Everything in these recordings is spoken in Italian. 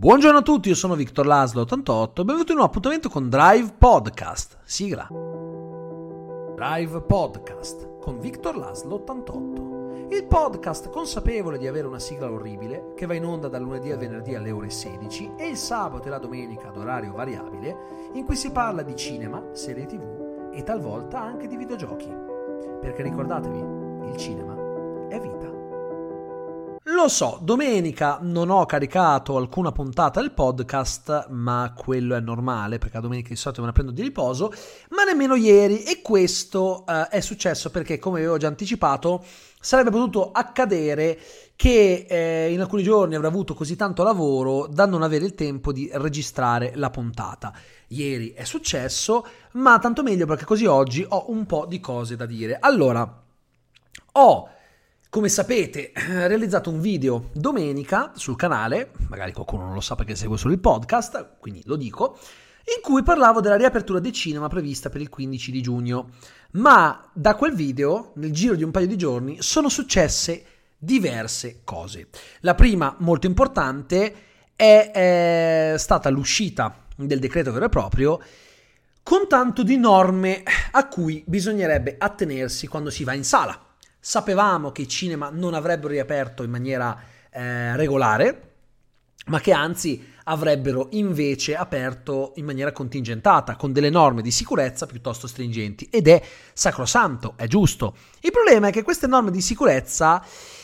Buongiorno a tutti, io sono Victor Laszlo 88 e benvenuti in un appuntamento con Drive Podcast. Sigla. Drive Podcast con Victor Laszlo 88. Il podcast consapevole di avere una sigla orribile che va in onda dal lunedì al venerdì alle ore 16 e il sabato e la domenica ad orario variabile, in cui si parla di cinema, serie TV e talvolta anche di videogiochi. Perché ricordatevi, il cinema è vita. Lo so, domenica non ho caricato alcuna puntata del podcast, ma quello è normale perché la domenica di solito me la prendo di riposo, ma nemmeno ieri, e questo è successo perché, come avevo già anticipato, sarebbe potuto accadere che in alcuni giorni avrei avuto così tanto lavoro da non avere il tempo di registrare la puntata. Ieri è successo, ma tanto meglio perché così oggi ho un po' di cose da dire. Allora, come sapete, realizzato un video domenica sul canale, magari qualcuno non lo sa perché segue solo il podcast, quindi lo dico, in cui parlavo della riapertura dei cinema prevista per il 15 di giugno. Ma da quel video, nel giro di un paio di giorni, sono successe diverse cose. La prima, molto importante, è stata l'uscita del decreto vero e proprio, con tanto di norme a cui bisognerebbe attenersi quando si va in sala. Sapevamo che i cinema non avrebbero riaperto in maniera regolare, ma che anzi avrebbero invece aperto in maniera contingentata, con delle norme di sicurezza piuttosto stringenti, ed è sacrosanto, è giusto. Il problema è che queste norme di sicurezza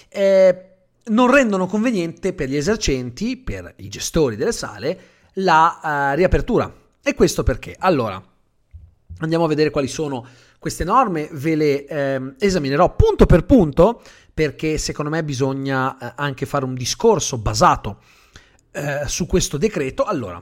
non rendono conveniente per gli esercenti, per i gestori delle sale, la riapertura. E questo perché? Allora, andiamo a vedere quali sono queste norme, ve le esaminerò punto per punto, perché secondo me bisogna anche fare un discorso basato su questo decreto. Allora,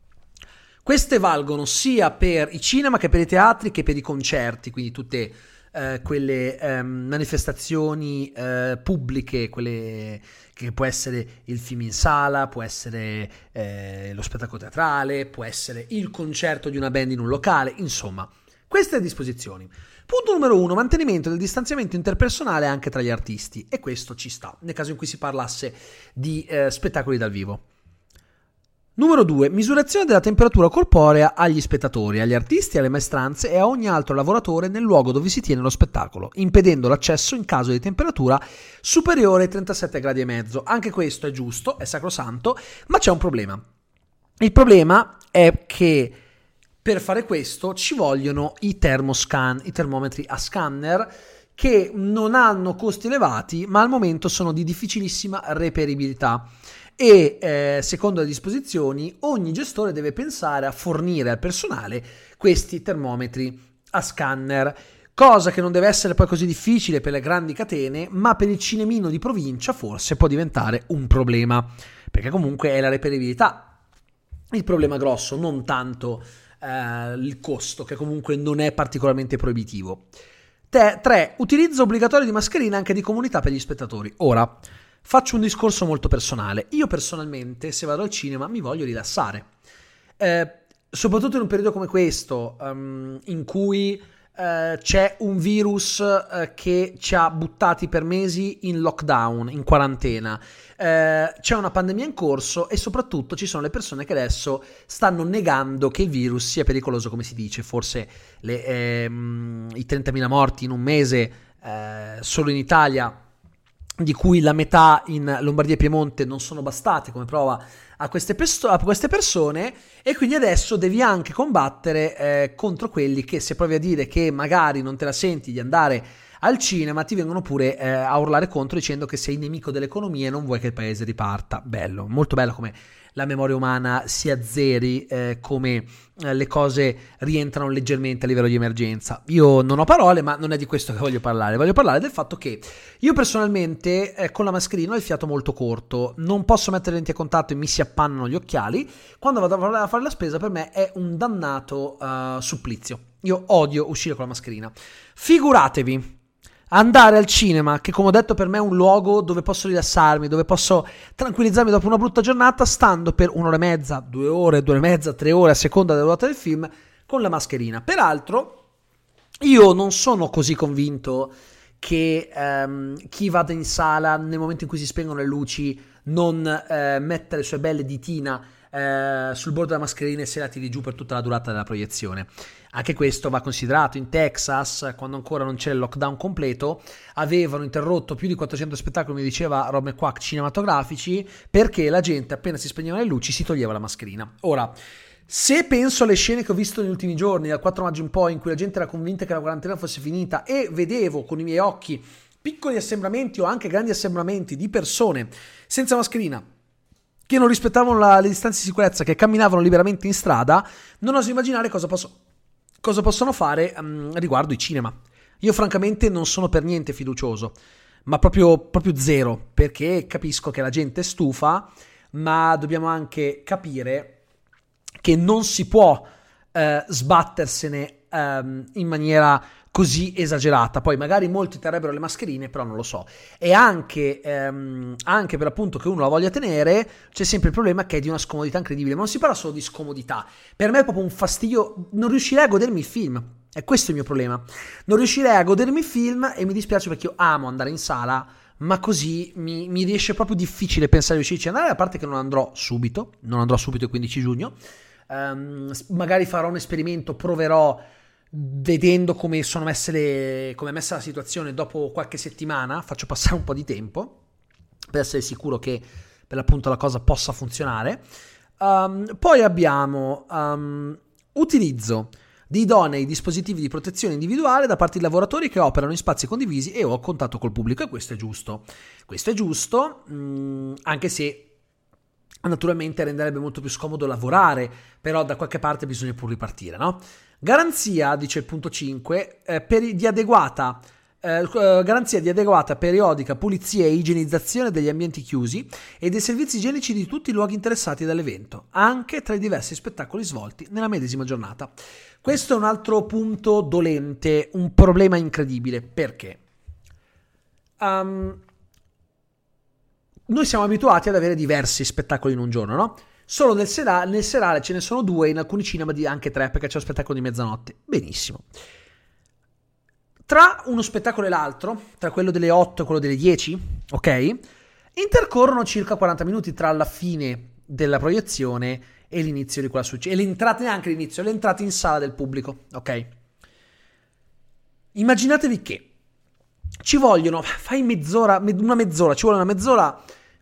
queste valgono sia per i cinema che per i teatri che per i concerti, quindi tutte quelle manifestazioni pubbliche, quelle che può essere il film in sala, può essere lo spettacolo teatrale, può essere il concerto di una band in un locale, insomma. Queste disposizioni. Punto numero 1, mantenimento del distanziamento interpersonale anche tra gli artisti, e questo ci sta, nel caso in cui si parlasse di spettacoli dal vivo. Numero 2, misurazione della temperatura corporea agli spettatori, agli artisti, alle maestranze e a ogni altro lavoratore nel luogo dove si tiene lo spettacolo, impedendo l'accesso in caso di temperatura superiore ai 37 gradi e mezzo. Anche questo è giusto, è sacrosanto, ma c'è un problema. Il problema è che per fare questo ci vogliono i thermoscan, i termometri a scanner, che non hanno costi elevati, ma al momento sono di difficilissima reperibilità. E secondo le disposizioni ogni gestore deve pensare a fornire al personale questi termometri a scanner, cosa che non deve essere poi così difficile per le grandi catene, ma per il cinemino di provincia forse può diventare un problema, perché comunque è la reperibilità il problema grosso, non tanto il costo, che comunque non è particolarmente proibitivo. 3. Utilizzo obbligatorio di mascherine anche di comunità per gli spettatori. Ora, faccio un discorso molto personale. Io personalmente, se vado al cinema, mi voglio rilassare. Soprattutto in un periodo come questo, in cui c'è un virus che ci ha buttati per mesi in lockdown, in quarantena. C'è una pandemia in corso e soprattutto ci sono le persone che adesso stanno negando che il virus sia pericoloso, come si dice. Forse i 30.000 morti in un mese solo in Italia, di cui la metà in Lombardia e Piemonte, non sono bastate come prova a queste persone, e quindi adesso devi anche combattere contro quelli che, se provi a dire che magari non te la senti di andare al cinema, ti vengono pure a urlare contro dicendo che sei nemico dell'economia e non vuoi che il paese riparta. Bello, molto bello come la memoria umana si azzeri, come le cose rientrano leggermente a livello di emergenza. Io non ho parole, ma non è di questo che voglio parlare del fatto che io personalmente con la mascherina ho il fiato molto corto, non posso mettere lenti a contatto e mi si appannano gli occhiali. Quando vado a fare la spesa per me è un dannato supplizio. Io odio uscire con la mascherina. Figuratevi andare al cinema, che come ho detto per me è un luogo dove posso rilassarmi, dove posso tranquillizzarmi dopo una brutta giornata, stando per 1 ora e mezza, 2 ore, 2 ore e mezza, 3 ore a seconda della durata del film, con la mascherina. Peraltro io non sono così convinto che chi vada in sala nel momento in cui si spengono le luci non mettere le sue belle ditina sul bordo della mascherina e se la tiri giù per tutta la durata della proiezione. Anche questo va considerato. In Texas, quando ancora non c'era il lockdown completo, avevano interrotto più di 400 spettacoli, mi diceva Rob McQuack, cinematografici, perché la gente appena si spegnevano le luci si toglieva la mascherina. Ora, se penso alle scene che ho visto negli ultimi giorni, dal 4 maggio in poi, in cui la gente era convinta che la quarantena fosse finita e vedevo con i miei occhi piccoli assembramenti o anche grandi assembramenti di persone senza mascherina, che non rispettavano le distanze di sicurezza, che camminavano liberamente in strada, non oso immaginare cosa possono fare riguardo i cinema. Io francamente non sono per niente fiducioso, ma proprio zero, perché capisco che la gente è stufa, ma dobbiamo anche capire che non si può sbattersene in maniera così esagerata. Poi magari molti terrebbero le mascherine, però non lo so. E anche per l'appunto che uno la voglia tenere, c'è sempre il problema che è di una scomodità incredibile. Ma non si parla solo di scomodità, per me è proprio un fastidio, non riuscirei a godermi il film, è questo il mio problema, non riuscirei a godermi il film e mi dispiace perché io amo andare in sala, ma così mi riesce proprio difficile pensare di riuscirci ad andare, a parte che non andrò subito il 15 giugno, magari farò un esperimento, proverò vedendo come è messa la situazione dopo qualche settimana, faccio passare un po' di tempo per essere sicuro che per l'appunto la cosa possa funzionare. Poi abbiamo utilizzo di idonei dispositivi di protezione individuale da parte di lavoratori che operano in spazi condivisi e o a contatto col pubblico, e questo è giusto, anche se naturalmente renderebbe molto più scomodo lavorare, però da qualche parte bisogna pur ripartire, no? Garanzia, dice il punto 5, garanzia di adeguata periodica pulizia e igienizzazione degli ambienti chiusi e dei servizi igienici di tutti i luoghi interessati dall'evento, anche tra i diversi spettacoli svolti nella medesima giornata. Questo è un altro punto dolente, un problema incredibile, perché noi siamo abituati ad avere diversi spettacoli in un giorno, no? Solo nel serale ce ne sono 2, in alcuni cinema anche 3, perché c'è lo spettacolo di mezzanotte. Benissimo. Tra uno spettacolo e l'altro, tra quello delle 8 e quello delle 10, ok? Intercorrono circa 40 minuti tra la fine della proiezione e l'inizio di quella successiva. E l'entrata, neanche l'inizio, l'entrata in sala del pubblico, ok? Immaginatevi che ci vogliono, ci vuole una mezz'ora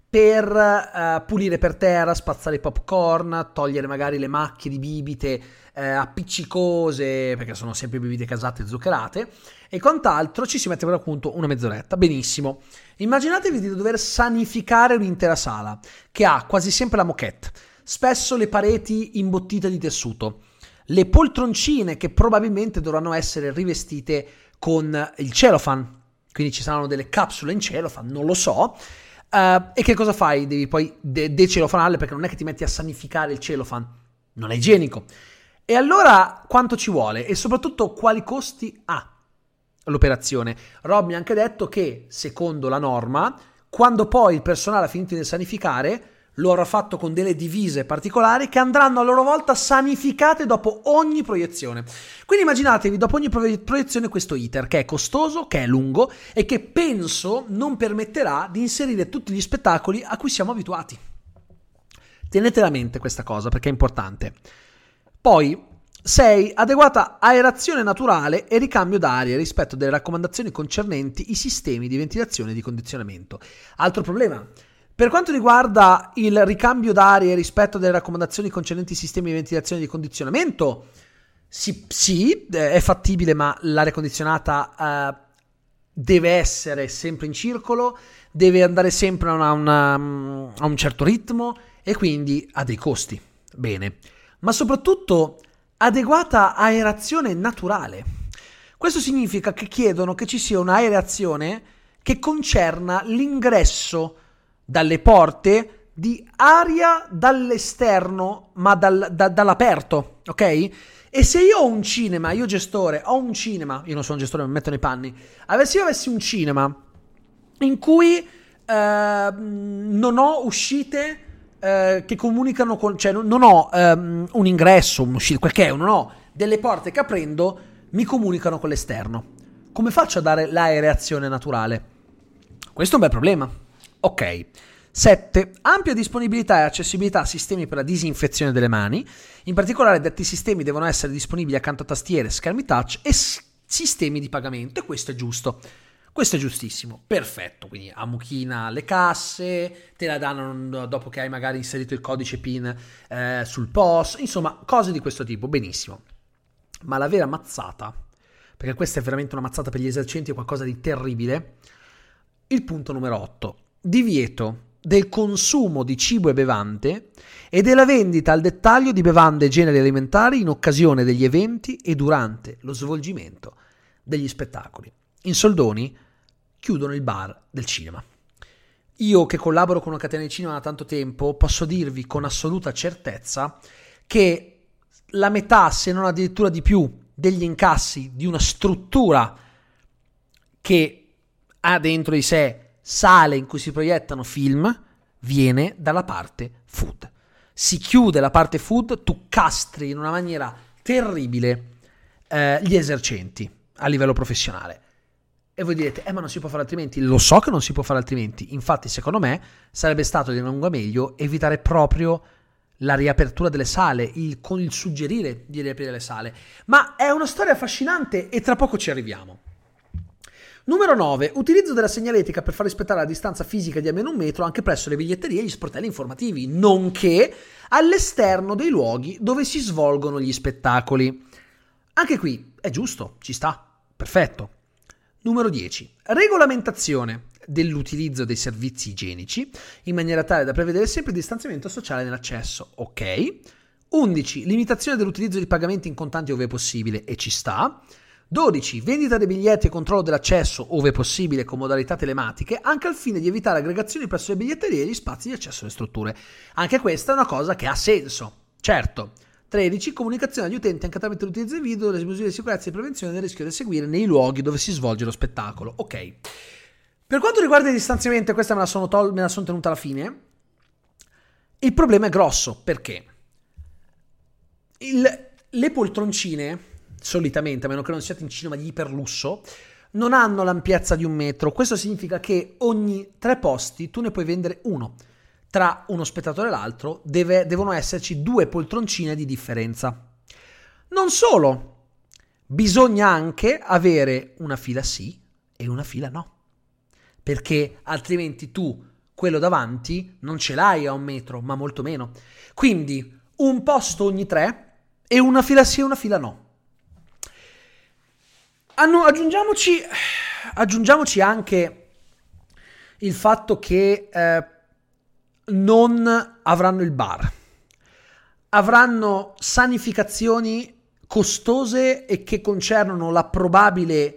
per pulire per terra, spazzare i popcorn, togliere magari le macchie di bibite appiccicose, perché sono sempre bibite casate e zuccherate, e quant'altro. Ci si mette per appunto una mezz'oretta. Benissimo. Immaginatevi di dover sanificare un'intera sala, che ha quasi sempre la moquette, spesso le pareti imbottite di tessuto, le poltroncine che probabilmente dovranno essere rivestite con il cellophane, quindi ci saranno delle capsule in cellophane, non lo so. E che cosa fai? Devi poi decellofanarle, perché non è che ti metti a sanificare il cellophane, non è igienico. E allora quanto ci vuole? E soprattutto quali costi ha l'operazione? Rob mi ha anche detto che secondo la norma, quando poi il personale ha finito di sanificare, lo avrà fatto con delle divise particolari che andranno a loro volta sanificate dopo ogni proiezione. Quindi immaginatevi dopo ogni proiezione questo iter, che è costoso, che è lungo e che penso non permetterà di inserire tutti gli spettacoli a cui siamo abituati. Tenete a mente questa cosa, perché è importante. Poi 6. Adeguata aerazione naturale e ricambio d'aria rispetto delle raccomandazioni concernenti i sistemi di ventilazione e di condizionamento. Altro problema. Per quanto riguarda il ricambio d'aria rispetto delle raccomandazioni concernenti i sistemi di ventilazione e di condizionamento, sì, è fattibile, ma l'aria condizionata deve essere sempre in circolo, deve andare sempre a un certo ritmo e quindi ha dei costi. Bene, ma soprattutto adeguata aerazione naturale. Questo significa che chiedono che ci sia un'aerazione che concerna l'ingresso dalle porte di aria dall'esterno, ma dall'aperto, ok? E se io ho un cinema, io non sono un gestore, mi metto nei panni, se io avessi un cinema in cui non ho uscite che comunicano con, cioè non ho un ingresso, un'uscita, quel che è, non ho delle porte che aprendo mi comunicano con l'esterno, come faccio a dare l'aereazione naturale? Questo è un bel problema. Ok, 7. Ampia disponibilità e accessibilità a sistemi per la disinfezione delle mani. In particolare detti sistemi devono essere disponibili accanto a tastiere, schermi touch e sistemi di pagamento, e questo è giusto. Questo è giustissimo, perfetto, quindi ammuchina le casse, te la danno dopo che hai magari inserito il codice PIN sul POS, insomma cose di questo tipo, benissimo. Ma la vera mazzata, perché questa è veramente una mazzata per gli esercenti, è qualcosa di terribile, il punto numero 8, divieto del consumo di cibo e bevande e della vendita al dettaglio di bevande e generi alimentari in occasione degli eventi e durante lo svolgimento degli spettacoli. In soldoni chiudono il bar del cinema. Io che collaboro con una catena di cinema da tanto tempo posso dirvi con assoluta certezza che la metà, se non addirittura di più, degli incassi di una struttura che ha dentro di sé sale in cui si proiettano film viene dalla parte food. Si chiude la parte food, tu castri in una maniera terribile gli esercenti a livello professionale. E voi direte, ma non si può fare altrimenti? Lo so che non si può fare altrimenti. Infatti, secondo me, sarebbe stato di lungo meglio evitare proprio la riapertura delle sale, con il suggerire di riaprire le sale. Ma è una storia affascinante e tra poco ci arriviamo. Numero 9. Utilizzo della segnaletica per far rispettare la distanza fisica di almeno 1 metro anche presso le biglietterie e gli sportelli informativi, nonché all'esterno dei luoghi dove si svolgono gli spettacoli. Anche qui è giusto, ci sta, perfetto. Numero 10. Regolamentazione dell'utilizzo dei servizi igienici in maniera tale da prevedere sempre il distanziamento sociale nell'accesso. Ok. 11. Limitazione dell'utilizzo di pagamenti in contanti ove possibile, e ci sta. 12. Vendita dei biglietti e controllo dell'accesso ove possibile con modalità telematiche, anche al fine di evitare aggregazioni presso le biglietterie e gli spazi di accesso alle strutture. Anche questa è una cosa che ha senso, certo. 13. Comunicazione agli utenti anche attraverso l'utilizzo del video, le misure di sicurezza e prevenzione del rischio da seguire nei luoghi dove si svolge lo spettacolo. Ok. Per quanto riguarda il distanziamento, questa me la sono tenuta alla fine, il problema è grosso, perché le poltroncine, solitamente, a meno che non siate in cinema di iperlusso, non hanno l'ampiezza di 1 metro. Questo significa che ogni 3 posti tu ne puoi vendere uno. Tra uno spettatore e l'altro devono esserci 2 poltroncine di differenza. Non solo, bisogna anche avere una fila sì e una fila no, perché altrimenti tu quello davanti non ce l'hai a 1 metro, ma molto meno. Quindi un posto ogni 3 e una fila sì e una fila no. Aggiungiamoci anche il fatto che non avranno il bar, avranno sanificazioni costose e che concernono la probabile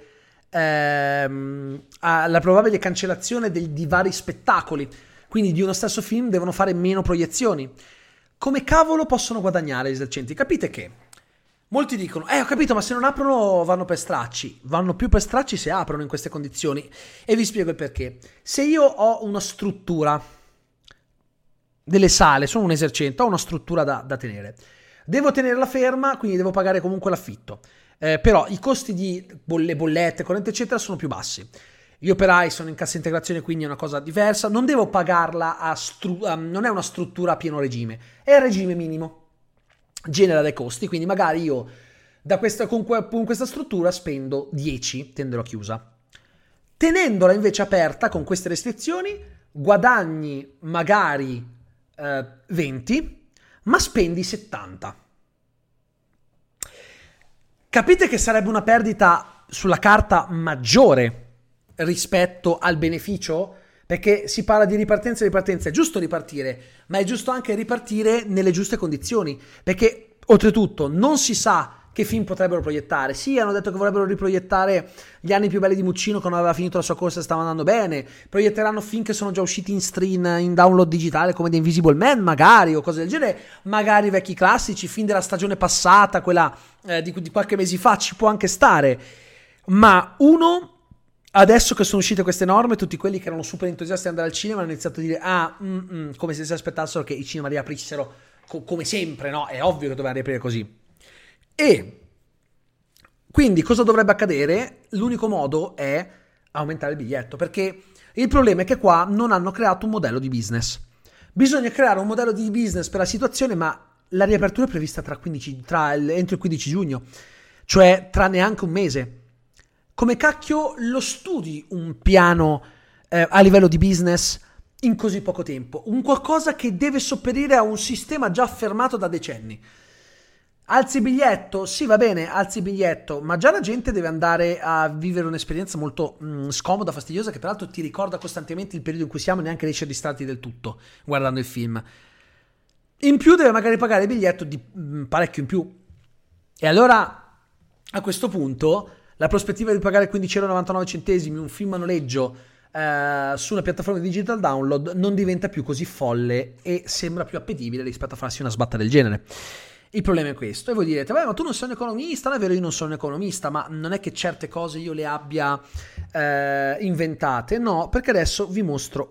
cancellazione di vari spettacoli, quindi di uno stesso film devono fare meno proiezioni. Come cavolo possono guadagnare gli esercenti? Capite che molti dicono, ho capito, ma se non aprono vanno per stracci. Vanno più per stracci se aprono in queste condizioni, e vi spiego il perché. Se io ho una struttura delle sale, sono un esercente, ho una struttura da tenere, devo tenerla ferma, quindi devo pagare comunque l'affitto, però i costi di bollette, corrente eccetera sono più bassi. Gli operai sono in cassa integrazione, quindi è una cosa diversa, non devo pagarla non è una struttura a pieno regime, è a regime minimo, genera dei costi, quindi magari io con questa struttura spendo 10, tenderò chiusa. Tenendola invece aperta con queste restrizioni guadagni magari 20, ma spendi 70. Capite che sarebbe una perdita sulla carta maggiore rispetto al beneficio? Perché si parla di ripartenza, è giusto ripartire, ma è giusto anche ripartire nelle giuste condizioni, perché oltretutto non si sa che film potrebbero proiettare. Sì, hanno detto che vorrebbero riproiettare Gli anni più belli di Muccino, che non aveva finito la sua corsa e stava andando bene. Proietteranno film che sono già usciti in stream, in download digitale, come The Invisible Man, magari, o cose del genere. Magari vecchi classici, film della stagione passata, quella di qualche mese fa, ci può anche stare. Ma adesso che sono uscite queste norme, tutti quelli che erano super entusiasti di andare al cinema hanno iniziato a dire come se si aspettassero che i cinema riaprissero come sempre, no? È ovvio che doveva riaprire così. E quindi cosa dovrebbe accadere? L'unico modo è aumentare il biglietto, perché Il problema è che qua non hanno creato un modello di business. Bisogna creare un modello di business per la situazione, ma la riapertura è prevista entro il 15 giugno, cioè tra neanche un mese. Come cacchio lo studi un piano a livello di business in così poco tempo? Un qualcosa che deve sopperire a un sistema già affermato da decenni. Alzi biglietto? Sì, va bene, alzi biglietto, ma già la gente deve andare a vivere un'esperienza molto scomoda, fastidiosa, che tra l'altro ti ricorda costantemente il periodo in cui siamo e neanche riesci a distrarti del tutto guardando il film. In più deve magari pagare il biglietto di parecchio in più. E allora, a questo punto, la prospettiva di pagare 15,99 € un film a noleggio su una piattaforma di digital download non diventa più così folle e sembra più appetibile rispetto a farsi una sbatta del genere. Il problema è questo, e voi direte, ma tu non sei un economista, non è vero, io non sono un economista, ma non è che certe cose io le abbia inventate, no, perché adesso vi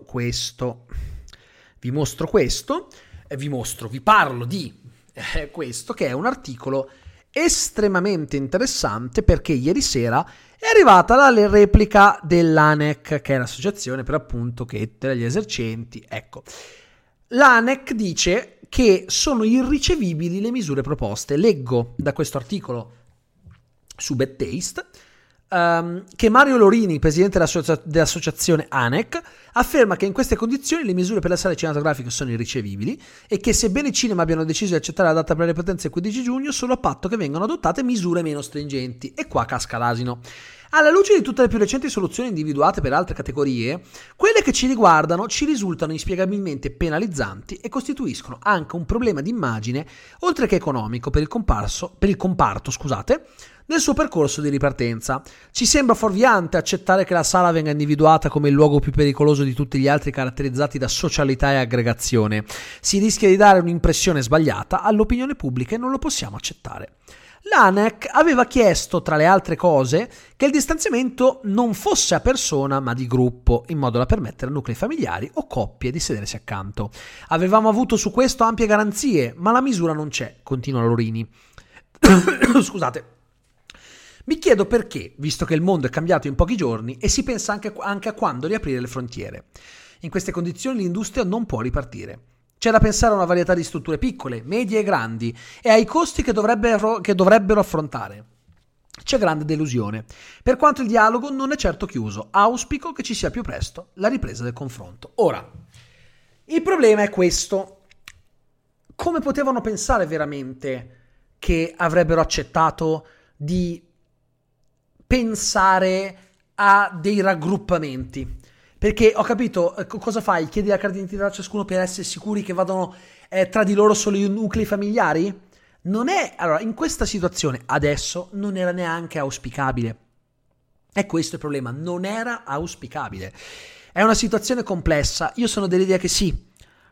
parlo di questo, che è un articolo estremamente interessante, perché ieri sera è arrivata la replica dell'ANEC, che è l'associazione per appunto che tutela gli esercenti, ecco. L'ANEC dice che sono irricevibili le misure proposte. Leggo da questo articolo su Bad Taste che Mario Lorini, presidente dell'associazione ANEC, afferma che in queste condizioni le misure per le sale cinematografiche sono irricevibili e che sebbene i cinema abbiano deciso di accettare la data per le partenze il 15 giugno, solo a patto che vengano adottate misure meno stringenti. E qua casca l'asino. Alla luce di tutte le più recenti soluzioni individuate per altre categorie, quelle che ci riguardano ci risultano inspiegabilmente penalizzanti e costituiscono anche un problema di immagine, oltre che economico, per il comparto, nel suo percorso di ripartenza. Ci sembra fuorviante accettare che la sala venga individuata come il luogo più pericoloso di tutti gli altri caratterizzati da socialità e aggregazione. Si rischia di dare un'impressione sbagliata all'opinione pubblica e non lo possiamo accettare. L'ANEC aveva chiesto, tra le altre cose, che il distanziamento non fosse a persona ma di gruppo, in modo da permettere a nuclei familiari o coppie di sedersi accanto. Avevamo avuto su questo ampie garanzie, ma la misura non c'è, continua Lorini. Scusate. Mi chiedo perché, visto che il mondo è cambiato in pochi giorni e si pensa anche a quando riaprire le frontiere. In queste condizioni l'industria non può ripartire. C'è da pensare a una varietà di strutture piccole, medie e grandi e ai costi che dovrebbero affrontare. C'è grande delusione. Per quanto il dialogo non è certo chiuso, auspico che ci sia più presto la ripresa del confronto. Ora, il problema è questo. Come potevano pensare veramente che avrebbero accettato di pensare a dei raggruppamenti? Perché ho capito, cosa fai? Chiedi la carta d'identità a ciascuno per essere sicuri che vadano tra di loro solo i nuclei familiari? Non è, allora, in questa situazione adesso non era neanche auspicabile. E questo è il problema, non era auspicabile. È una situazione complessa. Io sono dell'idea che sì,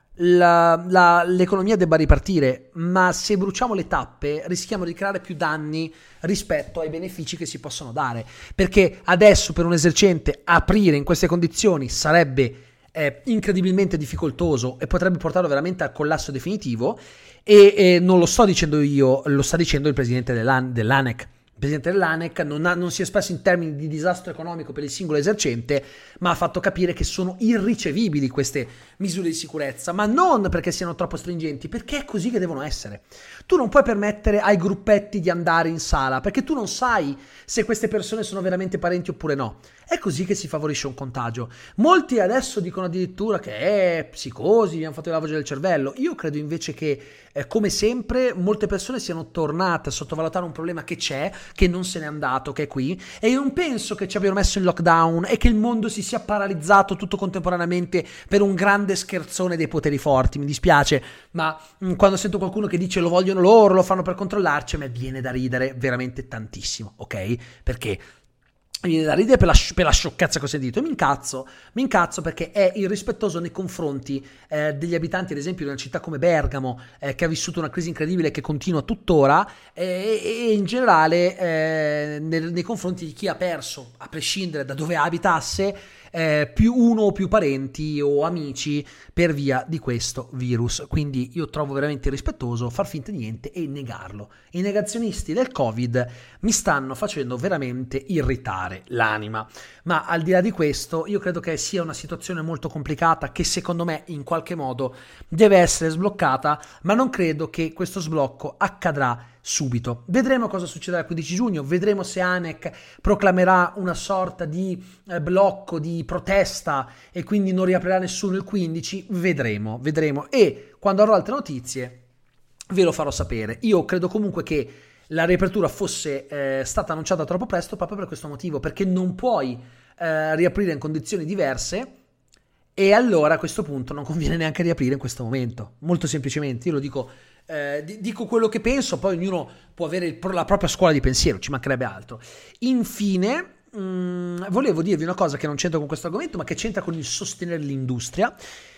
l'economia debba ripartire, ma se bruciamo le tappe rischiamo di creare più danni rispetto ai benefici che si possono dare, perché adesso per un esercente aprire in queste condizioni sarebbe incredibilmente difficoltoso e potrebbe portarlo veramente al collasso definitivo e non lo sto dicendo io, lo sta dicendo il presidente dell'ANEC. Il presidente dell'ANEC non si è espresso in termini di disastro economico per il singolo esercente, ma ha fatto capire che sono irricevibili queste misure di sicurezza, ma non perché siano troppo stringenti, perché è così che devono essere. Tu non puoi permettere ai gruppetti di andare in sala, perché tu non sai se queste persone sono veramente parenti oppure no. È così che si favorisce un contagio. Molti adesso dicono addirittura che è psicosi, vi hanno fatto il lavaggio del cervello. Io credo invece che, come sempre, molte persone siano tornate a sottovalutare un problema che c'è, che non se n'è andato, che è qui, e io non penso che ci abbiano messo in lockdown e che il mondo si sia paralizzato tutto contemporaneamente per un grande scherzone dei poteri forti. Mi dispiace, ma quando sento qualcuno che dice lo vogliono loro, lo fanno per controllarci, a me viene da ridere veramente tantissimo, ok? Perché mi viene da ridere per la sciocchezza che ho sentito e mi incazzo perché è irrispettoso nei confronti degli abitanti, ad esempio, di una città come Bergamo, che ha vissuto una crisi incredibile che continua tuttora, e in generale nei confronti di chi ha perso, a prescindere da dove abitasse, più uno o più parenti o amici per via di questo virus. Quindi io trovo veramente irrispettoso far finta di niente e negarlo. I negazionisti del Covid mi stanno facendo veramente irritare l'anima. Ma al di là di questo, io credo che sia una situazione molto complicata che secondo me in qualche modo deve essere sbloccata, ma non credo che questo sblocco accadrà subito. Vedremo cosa succederà il 15 giugno, vedremo se ANEC proclamerà una sorta di blocco, di protesta e quindi non riaprirà nessuno il 15, vedremo e quando avrò altre notizie ve lo farò sapere. Io credo comunque che la riapertura fosse stata annunciata troppo presto proprio per questo motivo, perché non puoi riaprire in condizioni diverse e allora a questo punto non conviene neanche riaprire in questo momento, molto semplicemente. Io lo dico, dico quello che penso, poi ognuno può avere la propria scuola di pensiero, ci mancherebbe altro. Infine volevo dirvi una cosa che non c'entra con questo argomento ma che c'entra con il sostenere l'industria.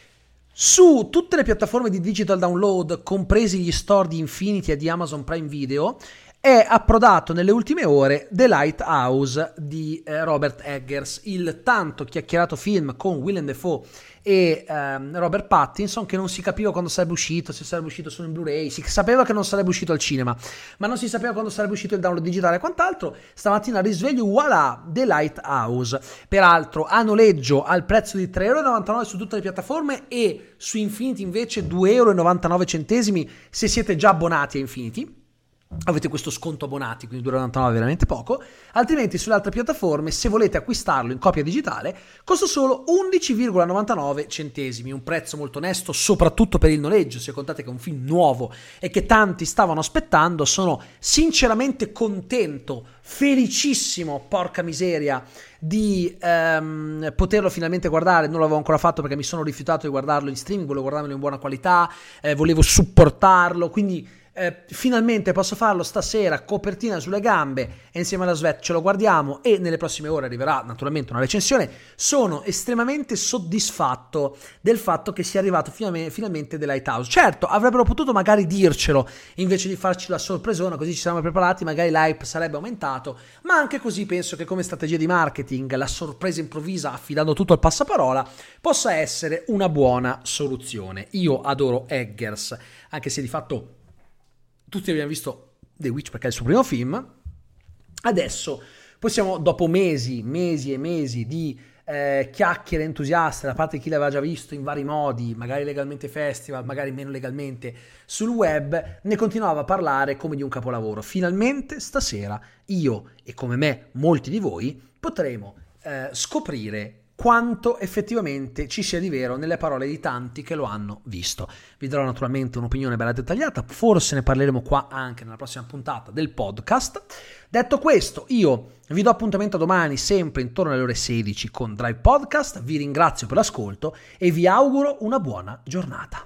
Su tutte le piattaforme di digital download, compresi gli store di Infinity e di Amazon Prime Video, è approdato nelle ultime ore The Lighthouse di Robert Eggers, il tanto chiacchierato film con Willem Dafoe e Robert Pattinson, che non si capiva quando sarebbe uscito, se sarebbe uscito solo in Blu-ray, si sapeva che non sarebbe uscito al cinema, ma non si sapeva quando sarebbe uscito il download digitale e quant'altro. Stamattina al risveglio, voilà, The Lighthouse, peraltro a noleggio al prezzo di 3,99€ su tutte le piattaforme e su Infinity invece 2,99€ se siete già abbonati a Infinity. Avete questo sconto abbonati, quindi 2,99€ è veramente poco. Altrimenti sulle altre piattaforme, se volete acquistarlo in copia digitale, costa solo 11,99€, un prezzo molto onesto soprattutto per il noleggio. Se contate che è un film nuovo e che tanti stavano aspettando, sono sinceramente contento, felicissimo, porca miseria, di poterlo finalmente guardare. Non l'avevo ancora fatto perché mi sono rifiutato di guardarlo in streaming, volevo guardarmelo in buona qualità, volevo supportarlo, quindi finalmente posso farlo stasera, copertina sulle gambe, e insieme alla Svet ce lo guardiamo e nelle prossime ore arriverà naturalmente una recensione. Sono estremamente soddisfatto del fatto che sia arrivato finalmente The Lighthouse. Certo, avrebbero potuto magari dircelo invece di farci la sorpresona, così ci siamo preparati, magari l'hype sarebbe aumentato, ma anche così penso che come strategia di marketing la sorpresa improvvisa affidando tutto al passaparola possa essere una buona soluzione. Io adoro Eggers, anche se di fatto tutti abbiamo visto The Witch perché è il suo primo film. Adesso possiamo, dopo mesi e mesi di chiacchiere entusiaste da parte di chi l'aveva già visto in vari modi, magari legalmente festival, magari meno legalmente sul web, ne continuava a parlare come di un capolavoro. Finalmente stasera io e come me molti di voi potremo scoprire quanto effettivamente ci sia di vero nelle parole di tanti che lo hanno visto. Vi darò naturalmente un'opinione bella dettagliata, forse ne parleremo qua anche nella prossima puntata del podcast. Detto questo, io vi do appuntamento domani sempre intorno alle ore 16 con Drive Podcast, vi ringrazio per l'ascolto e vi auguro una buona giornata.